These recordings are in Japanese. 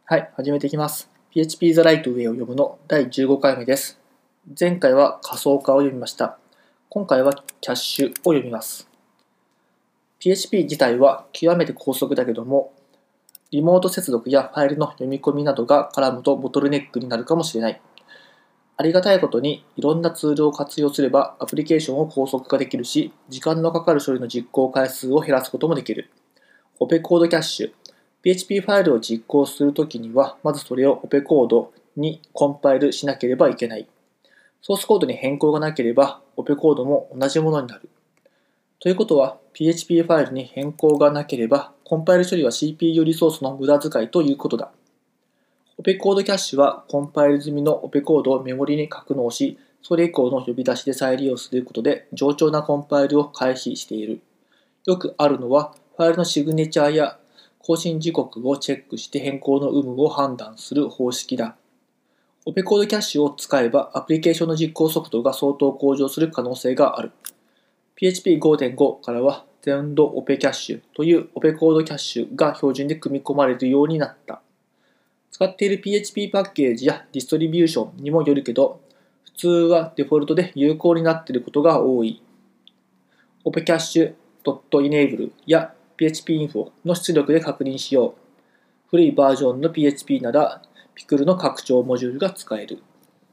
はい、始めていきます。PHP The Right Way を読むの第15回目です。前回は仮想化を読みました。今回はキャッシュを読みます。PHP 自体は極めて高速だけども、リモート接続やファイルの読み込みなどが絡むとボトルネックになるかもしれない。ありがたいことにいろんなツールを活用すればアプリケーションを高速化できるし、時間のかかる処理の実行回数を減らすこともできる。オペコードキャッシュ。PHP ファイルを実行するときには、まずそれをオペコードにコンパイルしなければいけない。ソースコードに変更がなければ、オペコードも同じものになる。ということは、PHP ファイルに変更がなければ、コンパイル処理は CPU リソースの無駄遣いということだ。オペコードキャッシュは、コンパイル済みのオペコードをメモリに格納し、それ以降の呼び出しで再利用することで、冗長なコンパイルを回避している。よくあるのは、ファイルのシグネチャーや更新時刻をチェックして変更の有無を判断する方式だ。オペコードキャッシュを使えばアプリケーションの実行速度が相当向上する可能性がある。PHP 5.5 からは全土オペキャッシュというオペコードキャッシュが標準で組み込まれるようになった。使っている PHP パッケージやディストリビューションにもよるけど、普通はデフォルトで有効になっていることが多い。オペキャッシュ .enable やPHP-info の出力で確認しよう。古いバージョンの PHP なら Pickle の拡張モジュールが使える。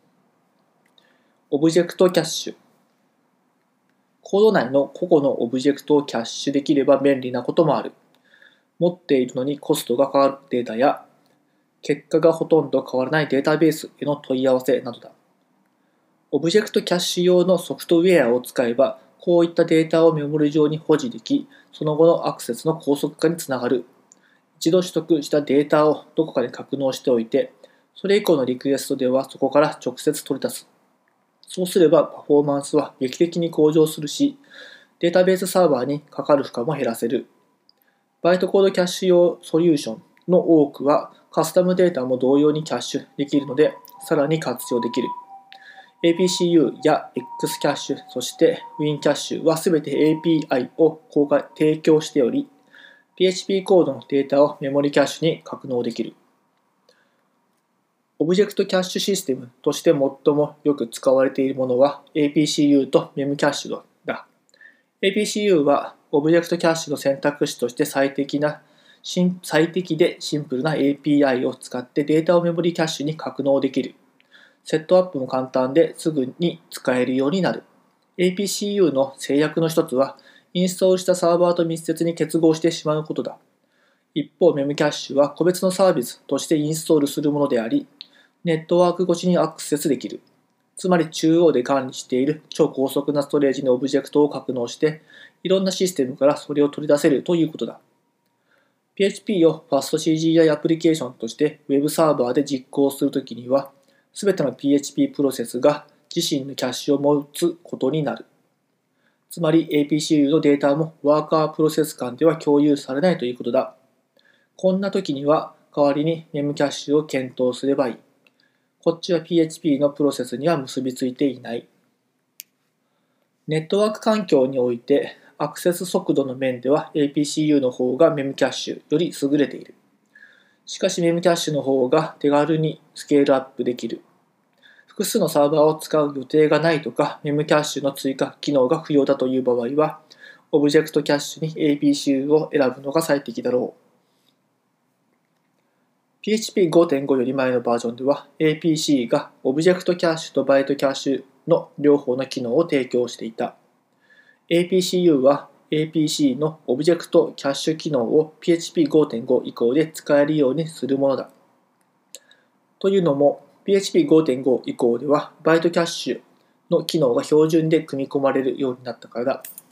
オブジェクトキャッシュ。コード内の個々のオブジェクトをキャッシュできれば便利なこともある。持っているのにコストがかかるデータや、結果がほとんど変わらないデータベースへの問い合わせなどだ。オブジェクトキャッシュ用のソフトウェアを使えば、こういったデータをメモリ上に保持でき、その後のアクセスの高速化につながる。一度取得したデータをどこかで格納しておいて、それ以降のリクエストではそこから直接取り出す。そうすればパフォーマンスは劇的に向上するし、データベースサーバーにかかる負荷も減らせる。バイトコードキャッシュ用ソリューションの多くはカスタムデータも同様にキャッシュできるので、さらに活用できる。APCU や Xcache、そして WinCache はすべて API を提供しており、PHP コードのデータをメモリキャッシュに格納できる。オブジェクトキャッシュシステムとして最もよく使われているものは APCU と Memcache だ。APCU はオブジェクトキャッシュの選択肢として最適でシンプルな API を使ってデータをメモリキャッシュに格納できる。セットアップも簡単ですぐに使えるようになる。APCU の制約の一つは、インストールしたサーバーと密接に結合してしまうことだ。一方、Memcache は個別のサービスとしてインストールするものであり、ネットワーク越しにアクセスできる。つまり中央で管理している超高速なストレージのオブジェクトを格納して、いろんなシステムからそれを取り出せるということだ。PHP を FastCGI アプリケーションとして Web サーバーで実行するときには、すべての PHP プロセスが自身のキャッシュを持つことになる。つまり APCU のデータもワーカープロセス間では共有されないということだ。こんな時には代わりに Memcache を検討すればいい。こっちは PHP のプロセスには結びついていない。ネットワーク環境においてアクセス速度の面では APCU の方が Memcache より優れている。しかし Memcache の方が手軽にスケールアップできる。複数のサーバーを使う予定がないとか、Memcache の追加機能が不要だという場合は、オブジェクトキャッシュに APCU を選ぶのが最適だろう。PHP 5.5 より前のバージョンでは、APC がオブジェクトキャッシュとバイトキャッシュの両方の機能を提供していた。APCU は APC のオブジェクトキャッシュ機能を PHP 5.5 以降で使えるようにするものだ。というのも、PHP 5.5 以降ではバイトキャッシュの機能が標準で組み込まれるようになったからだ。